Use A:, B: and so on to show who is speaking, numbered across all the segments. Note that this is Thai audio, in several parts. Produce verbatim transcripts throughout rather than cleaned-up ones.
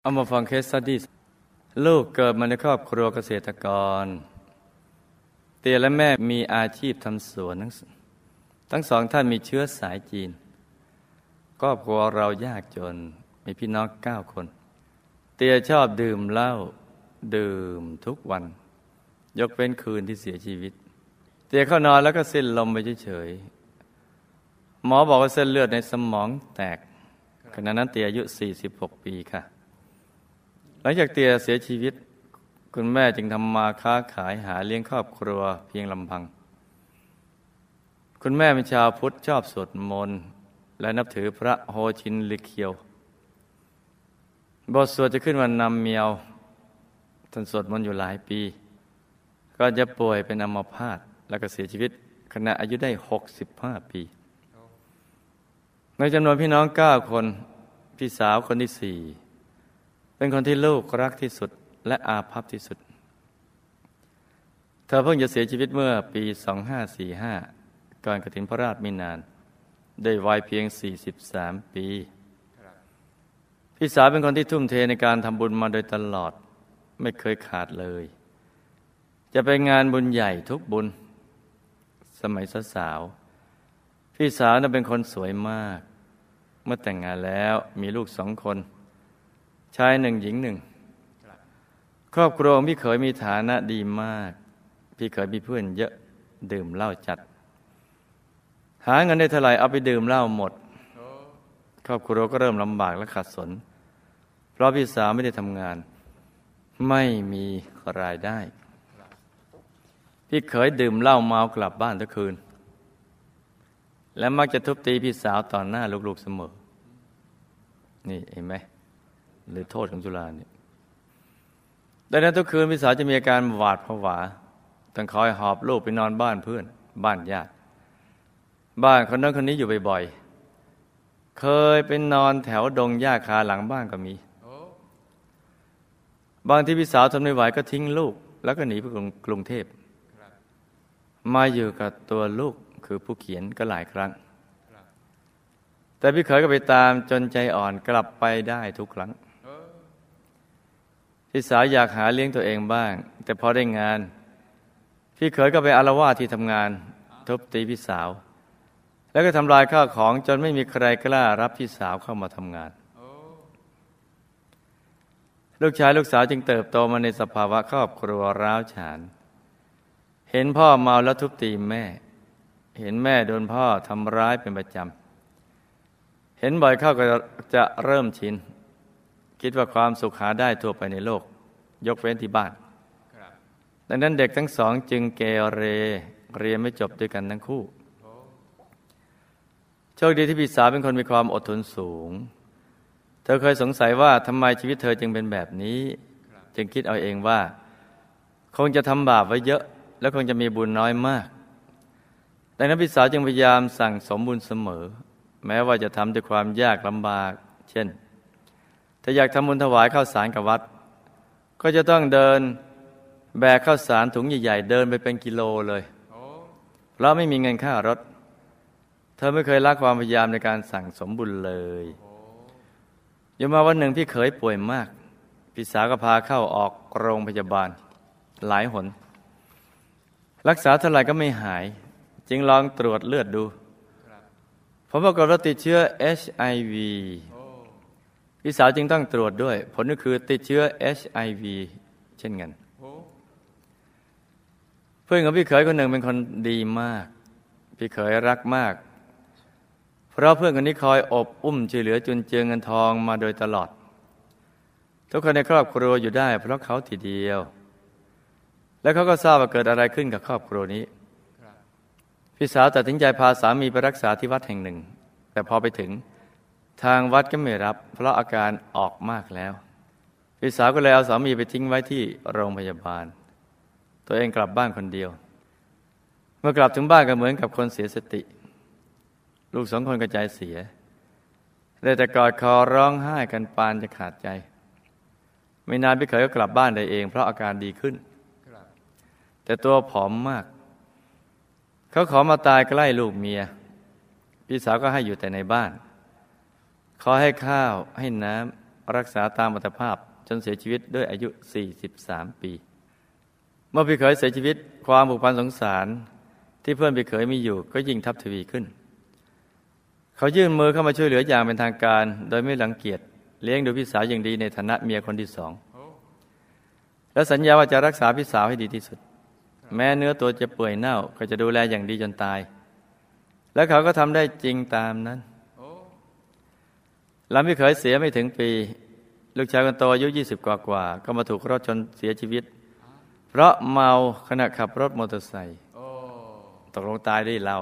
A: เอามาฟังเคสสตัดดี้ลูกเกิดมาในครอบครัวเกษตรกรเตี่ยและแม่มีอาชีพทำสวนทั้งทั้งสองท่านมีเชื้อสายจีนครอบครัวเรายากจนมีพี่น้องเก้าคนเตี่ยชอบดื่มเหล้าดื่มทุกวันยกเว้นคืนที่เสียชีวิตเตี่ยเข้านอนแล้วก็สิ้นลมไปเฉยๆหมอบอกว่าเส้นเลือดในสมองแตกขณะนั้นเตี่ยอายุสี่สิบหกปีค่ะหลังจากเตี่ยเสียชีวิตคุณแม่จึงทำมาค้าขายหาเลี้ยงครอบครัวเพียงลำพังคุณแม่เป็นชาวพุทธชอบสวดมนต์และนับถือพระโฮชินลิเคียวบทสวดจะขึ้นวันนำเมียวท่านสวดมนต์อยู่หลายปีก็จะป่วยเป็นอัมพาตแล้วก็เสียชีวิตขณะอายุได้หกสิบห้าปีในจำนวนพี่น้องเก้าคนพี่สาวคนที่สี่เป็นคนที่ลูกรักที่สุดและอาภัพที่สุดเธอเพิ่งจะเสียชีวิตเมื่อปีสองห้าสี่ห้าก่อนกฐินพระราชไม่นานด้วยวัยเพียงสี่สิบสามปีพี่สาวเป็นคนที่ทุ่มเทในการทำบุญมาโดยตลอดไม่เคยขาดเลยจะไปงานบุญใหญ่ทุกบุญสมัยสาวๆพี่สาวนั้นเป็นคนสวยมากเมื่อแต่งงานแล้วมีลูกสองคนชายหนึ่งหญิงหนึ่งครอบครัวของพี่เขยมีฐานะดีมากพี่เขยมีเพื่อนเยอะดื่มเหล้าจัดหาเงินได้เท่าไหร่เอาไปดื่มเหล้าหมดครอบครัวก็เริ่มลำบากและขัดสนเพราะพี่สาวไม่ได้ทำงานไม่มีรายได้พี่เขยดื่มเหล้าเมากลับบ้านทุกคืนและมักจะทุบตีพี่สาวต่อหน้าลูกๆเสมอนี่เห็นไหมหรือโทษของสุราเนี่ยดังนั้นทุกคืนพี่สาวจะมีอาการหวาดผวาต้องคอยหอบลูกไปนอนบ้านเพื่อนบ้านญาติบ้านคนนั้นคนนี้อยู่บ่อยๆเคยไปนอนแถวดงหญ้าคาหลังบ้านก็มีบางที่พี่สาวทนไม่ไหวก็ทิ้งลูกแล้วก็หนีไปกรุงเทพมาอยู่กับตัวลูกคือผู้เขียนก็หลายครั้งแต่พี่เขยก็ไปตามจนใจอ่อนกลับไปได้ทุกครั้งพี่สาวอยากหาเลี้ยงตัวเองบ้างแต่พอได้งานพี่เขยก็ไปอาละวาดที่ทำงานทุบตีพี่สาวแล้วก็ทำลายข้าวของจนไม่มีใครกล้ารับพี่สาวเข้ามาทำงานลูกชายลูกสาวจึงเติบโตมาในสภาวะครอบครัวร้าวฉานเห็นพ่อเมาแล้วทุบตีแม่เห็นแม่โดนพ่อทำร้ายเป็นประจำเห็นบ่อยเข้าก็จะเริ่มชินคิดว่าความสุขหาได้ทั่วไปในโลกยกเว้นที่บ้านดังนั้นเด็กทั้งสองจึงเกเรเรียนไม่จบด้วยกันทั้งคู่โชคดีที่พี่สาวเป็นคนมีความอดทนสูงเธอเคยสงสัยว่าทำไมชีวิตเธอจึงเป็นแบบนี้จึงคิดเอาเองว่าคงจะทำบาปไว้เยอะแล้วคงจะมีบุญน้อยมากดังนั้นพี่สาวจึงพยายามสั่งสมบุญเสมอแม้ว่าจะทำด้วยความยากลำบากเช่นถ้าอยากทำบุญถวายข้าวสารกับวัดก็จะต้องเดินแบกข้าวสารถุงใหญ่ๆเดินไปเป็นกิโลเลยเพราะไม่มีเงินค่ารถเธอไม่เคยละความพยายามในการสั่งสมบุญเลยอยู่มาวันหนึ่งพี่เขยป่วยมากพี่สาวก็พาเข้าออกโรงพยาบาลหลายหนรักษาเท่าไหร่ก็ไม่หายจึงลองตรวจเลือดดูผลปรากฏว่าติดเชื้อ เอช ไอ วี พี่สาวจึงต้องตรวจด้วยผลก็คือติดเชื้อ เอช ไอ วี เช่นกันเพื่อนของพี่เขยคนหนึ่งเป็นคนดีมากพี่เขยรักมากเพราะเพื่อนคนนี้คอยอบอุ้มช่วยเหลือจุนเจือเงินทองมาโดยตลอดทุกคนในครอบครัวอยู่ได้เพราะเขาทีเดียวและเขาก็ทราบว่าเกิดอะไรขึ้นกับครอบครัวนี้พี่สาวตัดสินใจพาสามีไปรักษาที่วัดแห่งหนึ่งแต่พอไปถึงทางวัดก็ไม่รับเพราะอาการออกมากแล้วพี่สาวก็เลยเอาสามีไปทิ้งไว้ที่โรงพยาบาลตัวเองกลับบ้านคนเดียวเมื่อกลับถึงบ้านก็เหมือนกับคนเสียสติลูกสองคนก็ใจเสียได้แต่กอดคอร้องไห้กันปานจะขาดใจไม่นานพี่เขยก็กลับบ้านได้เองเพราะอาการดีขึ้นแต่ตัวผอมมากเขาขอมาตายใกล้ลูกเมียพี่สาวก็ให้อยู่แต่ในบ้านขอให้ข้าวให้น้รักษาตามอัตภาพจนเสียชีวิตด้วยอายุสี่สิบสามปีเมื่อพี่เขยเสียชีวิตความผูกพันสงสารที่เพื่อนพี่เขยมีอยู่ก็ยิ่งทับทวีขึ้นเขายื่นมือเข้ามาช่วยเหลืออย่างเป็นทางการโดยไม่รังเกียจเลี้ยงดูพี่สาวอย่างดีในฐานะเมียคนที่สองและสัญญาว่าจะรักษาพี่สาวให้ดีที่สุดแม้เนื้อตัวจะเปื่อยเน่าก็จะดูแลอย่างดีจนตายและเขาก็ทำได้จริงตามนั้นหลังพี่เขยเสียไม่ถึงปีลูกชายคนโตอายุยี่สิบกว่าๆก็มาถูกรถชนเสียชีวิตเพราะเมาขณะขับรถมอเตอร์ไซค์ตกลงตายด้วยเหล้า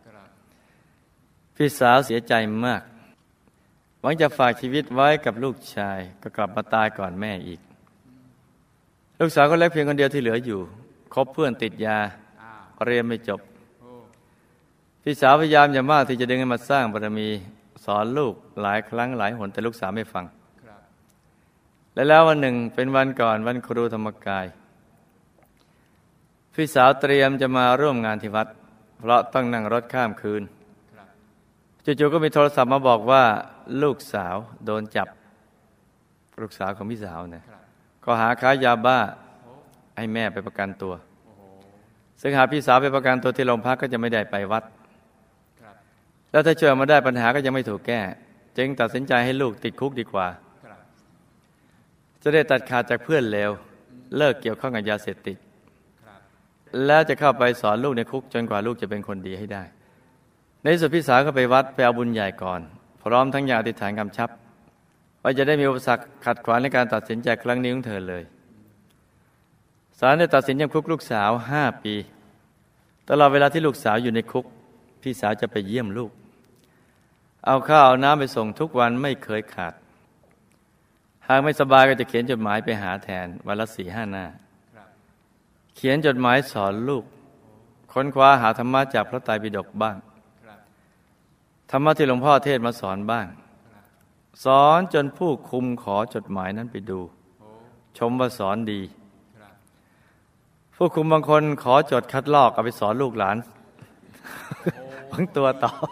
A: พี่สาวเสียใจมากหวังจะฝากชีวิตไว้กับลูกชายก็กลับมาตายก่อนแม่อีกลูกสาวคนเล็กเพียงคนเดียวที่เหลืออยู่คบเพื่อนติดยาเรียนไม่จบพี่สาวพยายามอย่างมากที่จะดึงให้มาสร้างบารมีสอนลูกหลายครั้งหลายหนแต่ลูกสาวไม่ฟังและแล้ววันหนึ่งเป็นวันก่อนวันครูธรรมกายพี่สาวเตรียมจะมาร่วมงานที่วัดเพราะต้องนั่งรถข้ามคืนจู่ๆก็มีโทรศัพท์มาบอกว่าลูกสาวโดนจับลูกสาวของพี่สาวเนี่ยก็หาค้ายาบ้าให้แม่ไปประกันตัวซึ่งหากพี่สาวไปประกันตัวที่โรงพักก็จะไม่ได้ไปวัดแล้วถ้าช่วยมาได้ปัญหาก็ยังไม่ถูกแก้จึงตัดสินใจให้ลูกติดคุกดีกว่าจะได้ตัดขาดจากเพื่อนเลวเลิกเกี่ยวข้องกับยาเสพติดแล้วจะเข้าไปสอนลูกในคุกจนกว่าลูกจะเป็นคนดีให้ได้ในที่สุดพี่สาวก็ไปวัดไปเอาบุญใหญ่ก่อนพร้อมทั้งอยากอธิษฐานกำชับว่าจะได้มีอุปสรรคขัดขวางในการตัดสินใจครั้งนี้ของเธอเลยศาลได้ตัดสินจำคุกลูกสาวห้าปีตลอดเวลาที่ลูกสาวอยู่ในคุกพี่สาวจะไปเยี่ยมลูกเอาข้าวเอาน้ำไปส่งทุกวันไม่เคยขาดหากไม่สบายก็จะเขียนจดหมายไปหาแทนวันละสี่ห้าหน้าเขียนจดหมายสอนลูกค้นคว้าหาธรรมะจากพระไตรปิฎกบ้างธรรมะที่หลวงพ่อเทศมาสอนบ้างสอนจนผู้คุมขอจดหมายนั้นไปดูชมว่าสอนดีผู้คุมบางคนขอจดคัดลอกเอาไปสอนลูกหลานบางตัวตอบ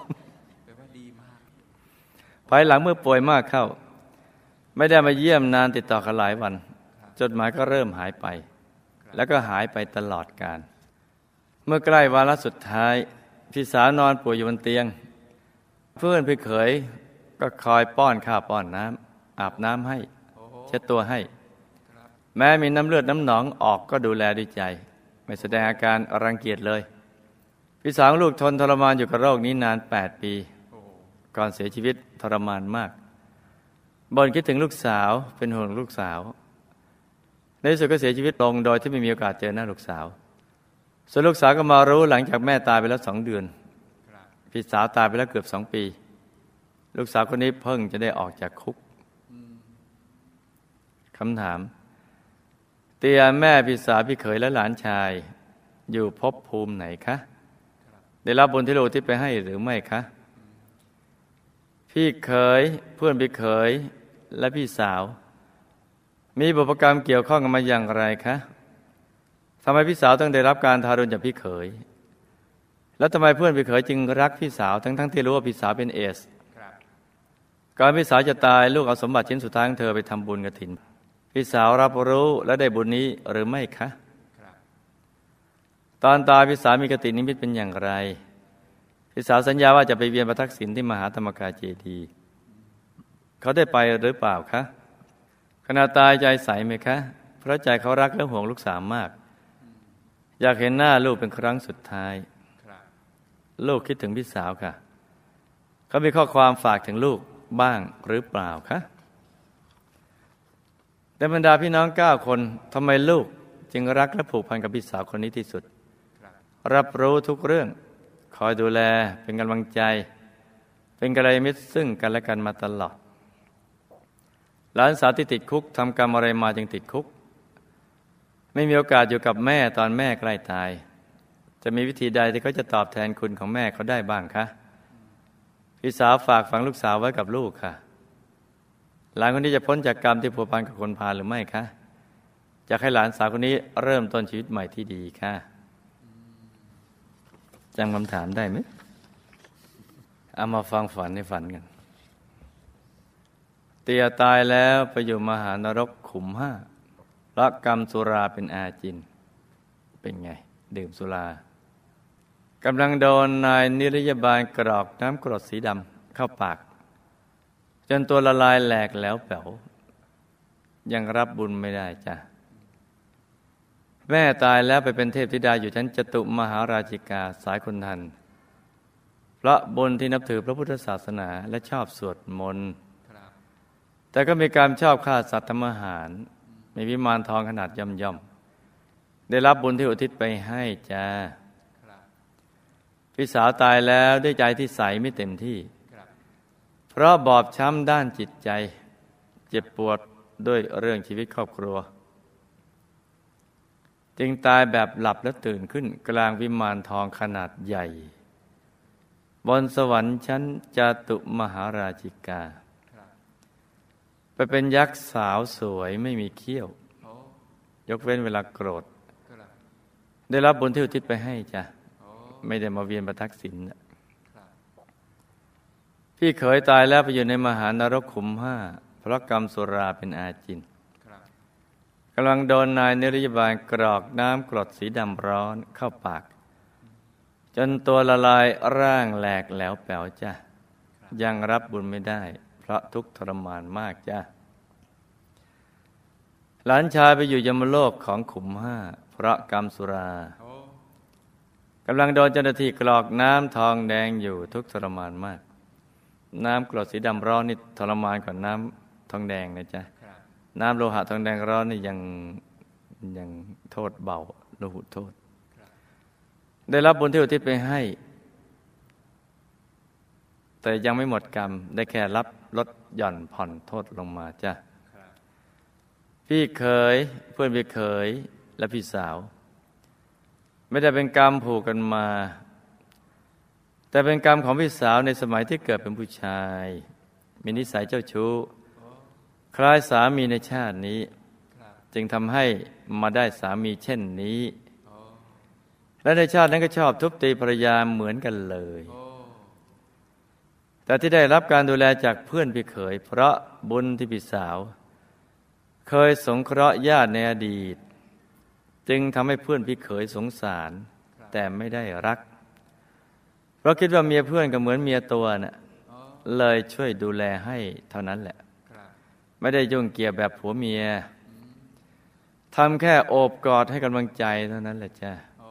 A: ภายหลังเมื่อป่วยมากเข้าไม่ได้มาเยี่ยมนานติดต่อกันหลายวันจดหมายก็เริ่มหายไปแล้วก็หายไปตลอดกาลเมื่อใกล้วาระสุดท้ายพี่สาวนอนป่วยอยู่บนเตียงเพื่อนพี่เขยก็คอยป้อนข้าวป้อนน้ำอาบน้ำให้เช็ดตัวให้แม้มีน้ำเลือดน้ำหนองออกก็ดูแลด้วยใจไม่แสดงอาการรังเกียจเลยพี่สาวลูกทนทรมานอยู่กับโรคนี้นานแปดปีก่อนเสียชีวิตทรมานมากบ่นคิดถึงลูกสาวเป็นห่วงลูกสาวในที่สุดก็เสียชีวิตลงโดยที่ไม่มีโอกาสเจอหน้าลูกสาวส่วนลูกสาวก็มารู้หลังจากแม่ตายไปแล้วสองเดือนพี่สาวตายไปแล้วเกือบสองปีลูกสาวคนนี้เพิ่งจะได้ออกจากคุกคำถามเตียแม่พี่สาวพี่เขยและหลานชายอยู่ภพภูมิไหนคะได้รับบุญที่ลูกที่ไปให้หรือไม่คะพี่เขยเพื่อนพี่เขยและพี่สาวมีบุพกรรมเกี่ยวข้องกันมาอย่างไรคะทำไมพี่สาวต้องได้รับการทารุณจากพี่เขยแล้วทำไมเพื่อนพี่เขยจึงรักพี่สาวทั้งทั้งที่รู้ว่าพี่สาวเป็นเอสก่อนพี่สาวจะตายลูกเอาสมบัติชิ้นสุดท้ายของเธอไปทำบุญกฐินพี่สาวรับรู้และได้บุญนี้หรือไม่คะตอนตายพี่สาวมีกฐินนิมิตเป็นอย่างไรพี่สาวสัญญาว่าจะไปเวียนประทักษิณที่มหาธรรมกายเจดีย์เขาได้ไปหรือเปล่าคะขณะตายใจใสไหมคะเพราะใจเขารักและห่วงลูกสาวมากอยากเห็นหน้าลูกเป็นครั้งสุดท้ายลูกคิดถึงพี่สาวค่ะเขามีข้อความฝากถึงลูกบ้างหรือเปล่าคะในบรรดาพี่น้องเก้าคนทำไมลูกจึงรักและผูกพันกับพี่สาวคนนี้ที่สุดรับรู้ทุกเรื่องคอยดูแลเป็นกำลังใจเป็นกัลยาณมิตรซึ่งกันและกันมาตลอดหลานสาวที่ติดคุกทำกรรมอะไรมาจึงติดคุกไม่มีโอกาสอยู่กับแม่ตอนแม่ใกล้ตายจะมีวิธีใดที่เขาจะตอบแทนคุณของแม่เขาได้บ้างคะพี่สาวฝากฝังลูกสาวไว้กับลูกค่ะหลานคนนี้จะพ้นจากกรรมที่ผัวพันกับคนพาลหรือไม่คะอยากให้หลานสาวคนนี้เริ่มต้นชีวิตใหม่ที่ดีค่ะจำคำถามได้ไหมเอามาฟังฝันในฝันกันเตียตายแล้วไปอยู่มหานรกขุมห้าเพราะกรรมสุราเป็นอาจินเป็นไงดื่มสุรากำลังโดนนายนิรยาบาลกรอกน้ำกรดสีดำเข้าปากจนตัวละลายแหลกแล้วแป๋วยังรับบุญไม่ได้จ้ะแม่ตายแล้วไปเป็นเทพธิดาอยู่ชั้นจตุมหาราชิกาสายคุณทันเพราะบุญที่นับถือพระพุทธศาสนาและชอบสวดมนต์แต่ก็มีการชอบฆ่าสัตว์ทำอาหารมีวิมานทองขนาดย่อมย่อมได้รับบุญที่อุทิศไปให้จ้าพี่สาวตายแล้วด้วยใจที่ใสไม่เต็มที่เพราะบอบช้ำด้านจิตใจเจ็บปวดด้วยเรื่องชีวิตครอบครัวจึงตายแบบหลับแล้วตื่นขึ้นกลางวิมานทองขนาดใหญ่บนสวรรค์ชั้นจตุมหาราชิกาไปเป็นยักษ์สาวสวยไม่มีเขี้ยวยกเว้นเวลาโกรธได้รับบุญที่อุทิศไปให้จ้ะไม่ได้มาเวียนประทักษิณพี่เขยตายแล้วไปอยู่ในมหานรกขุมห้าเพราะกรรมสุราเป็นอาจินกำลังโดนนายนิรยาบาลกรอกน้ำกรดสีดำร้อนเข้าปากจนตัวละลายร่างแหลกแหลวแป๋วจ้ะยังรับบุญไม่ได้เพราะทุกข์ทรมานมากจ้ะหลานชายไปอยู่ยมโลกของขุมห้าเพราะกรรมสุรากำลังโดนเจ้าหน้าที่กรอกน้ำทองแดงอยู่ทุกข์ทรมานมากน้ำกรดสีดำร้อนนี่ทรมานกว่าน้ำทองแดงนะจ๊ะน้ำโลหะทองแดงร้อนนี่ยังยังโทษเบาโลหุโทษได้รับบุญที่อุทิศไปให้แต่ยังไม่หมดกรรมได้แค่รับลดหย่อนผ่อนโทษลงมาจ้ะพี่เขยเพื่อนพี่เขยและพี่สาวไม่ได้เป็นกรรมผูกกันมาแต่เป็นกรรมของพี่สาวในสมัยที่เกิดเป็นผู้ชายมีนิสัยเจ้าชู้คล้ายสามีในชาตินี้จึงทำให้มาได้สามีเช่นนี้และในชาตินั้นก็ชอบทุบตีภรรยาเหมือนกันเลยแต่ที่ได้รับการดูแลจากเพื่อนพี่เขยเพราะบุญที่พี่สาวเคยสงเคราะห์ญาติในอดีตจึงทำให้เพื่อนพี่เขยสงสารแต่ไม่ได้รักเพราะคิดว่าเมียเพื่อนก็เหมือนเมียตัวน่ะเลยช่วยดูแลให้เท่านั้นแหละไม่ได้ยุ่งเกี่ยวแบบผัวเมียทำแค่โอบกอดให้กำลังใจเท่านั้นแหละจ้ะ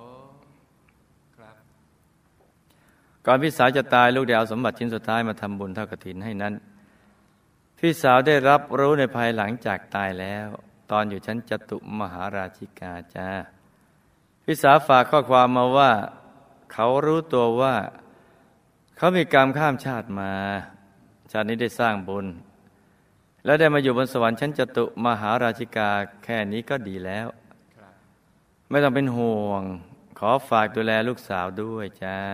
A: ก่อนพี่สาวจะตายลูกได้เอาสมบัติชิ้นสุดท้ายมาทำบุญทอดกฐินให้นั้นพี่สาวได้รับรู้ในภายหลังจากตายแล้วตอนอยู่ชั้นจตุมหาราชิกาจ้าพี่สาวฝากข้อความมาว่าเขารู้ตัวว่าเขามีกรรมข้ามชาติมาชาตินี้ได้สร้างบุญและได้มาอยู่บนสวรรค์ชั้นจตุมหาราชิกาแค่นี้ก็ดีแล้วไม่ต้องเป็นห่วงขอฝากดูแลลูกสาวด้วยจ้า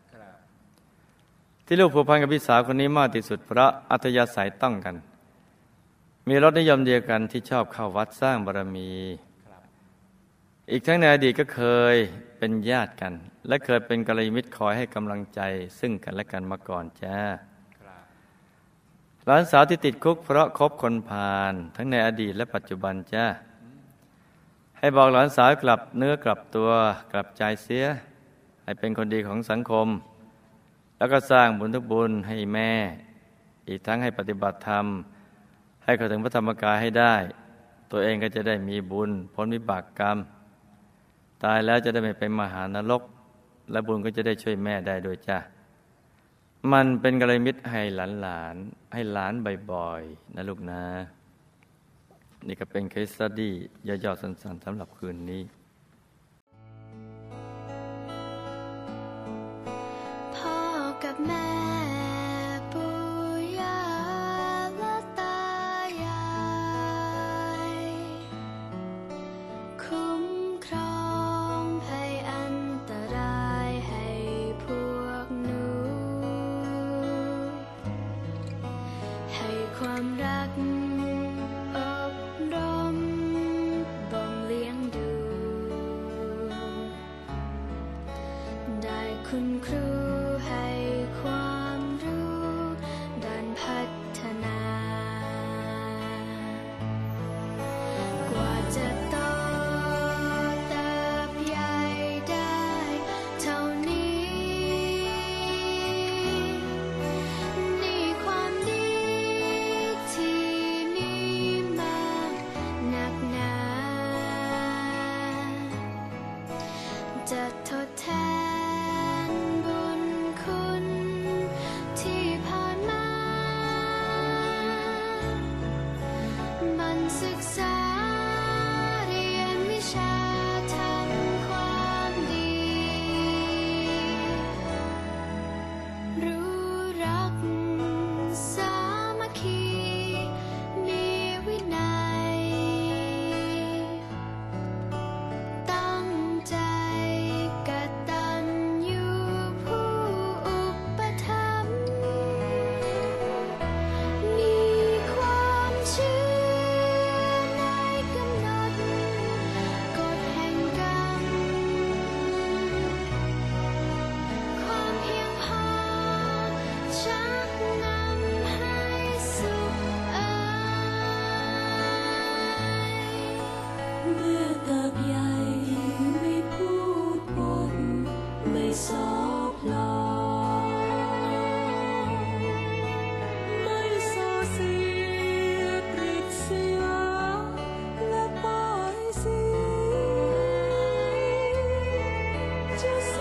A: ที่ลูกผูกพันกับพี่สาวคนนี้มากที่สุดเพราะอัธยาศัยต้องกันมีรสนิยมเดียวกันที่ชอบเข้าวัดสร้างบารมีอีกทั้งในอดีตก็เคยเป็นญาติกันและเคยเป็นกัลยาณมิตรคอยให้กำลังใจซึ่งกันและกันมาก่อนจ้าหลานสาวที่ติดคุกเพราะคบคนพาลทั้งในอดีตและปัจจุบันจ้าให้บอกหลานสาวกลับเนื้อกลับตัวกลับใจเสียให้เป็นคนดีของสังคมแล้วก็สร้างบุญทุกบุญให้แม่อีกทั้งให้ปฏิบัติธรรมให้เข้าถึงพระธรรมกายให้ได้ตัวเองก็จะได้มีบุญพ้นวิบากกรรมตายแล้วจะได้ไม่ไปมหานรกและบุญก็จะได้ช่วยแม่ได้โดยจ้ะมันเป็นกัลยาณมิตรให้หลานๆให้หลานบ่อยๆนะลูกนะนี่ก็เป็นเคสสตั๊ดดี้ย่อๆสั้นๆสำหรับคืนนี้
B: พ่อกับแม่ปู่ย่าและตายายคุ้มครองภัยอันตรายให้พวกหนูให้ความรักอบรมบ่มเลี้ยงดูได้คุณครูให้ความรู้ด้านพัฒนาจะทดแทนบุญคุณที่ผ่านมามันศึกษาเรียนวิชาทำความดีรู้รักสามัคคีมีวินัยตั้งใจกตัญญูผู้อุปถัมภ์มีความเชื่อในกำหนดกฎแห่งกรรมความเพียงพอชักนำให้สุขเอ่ยเมื่อเติบใหญ่ไม่พูดปนไม่สอบหลอกไม่ส่อเสียดปริศยาและป้ายสีจะ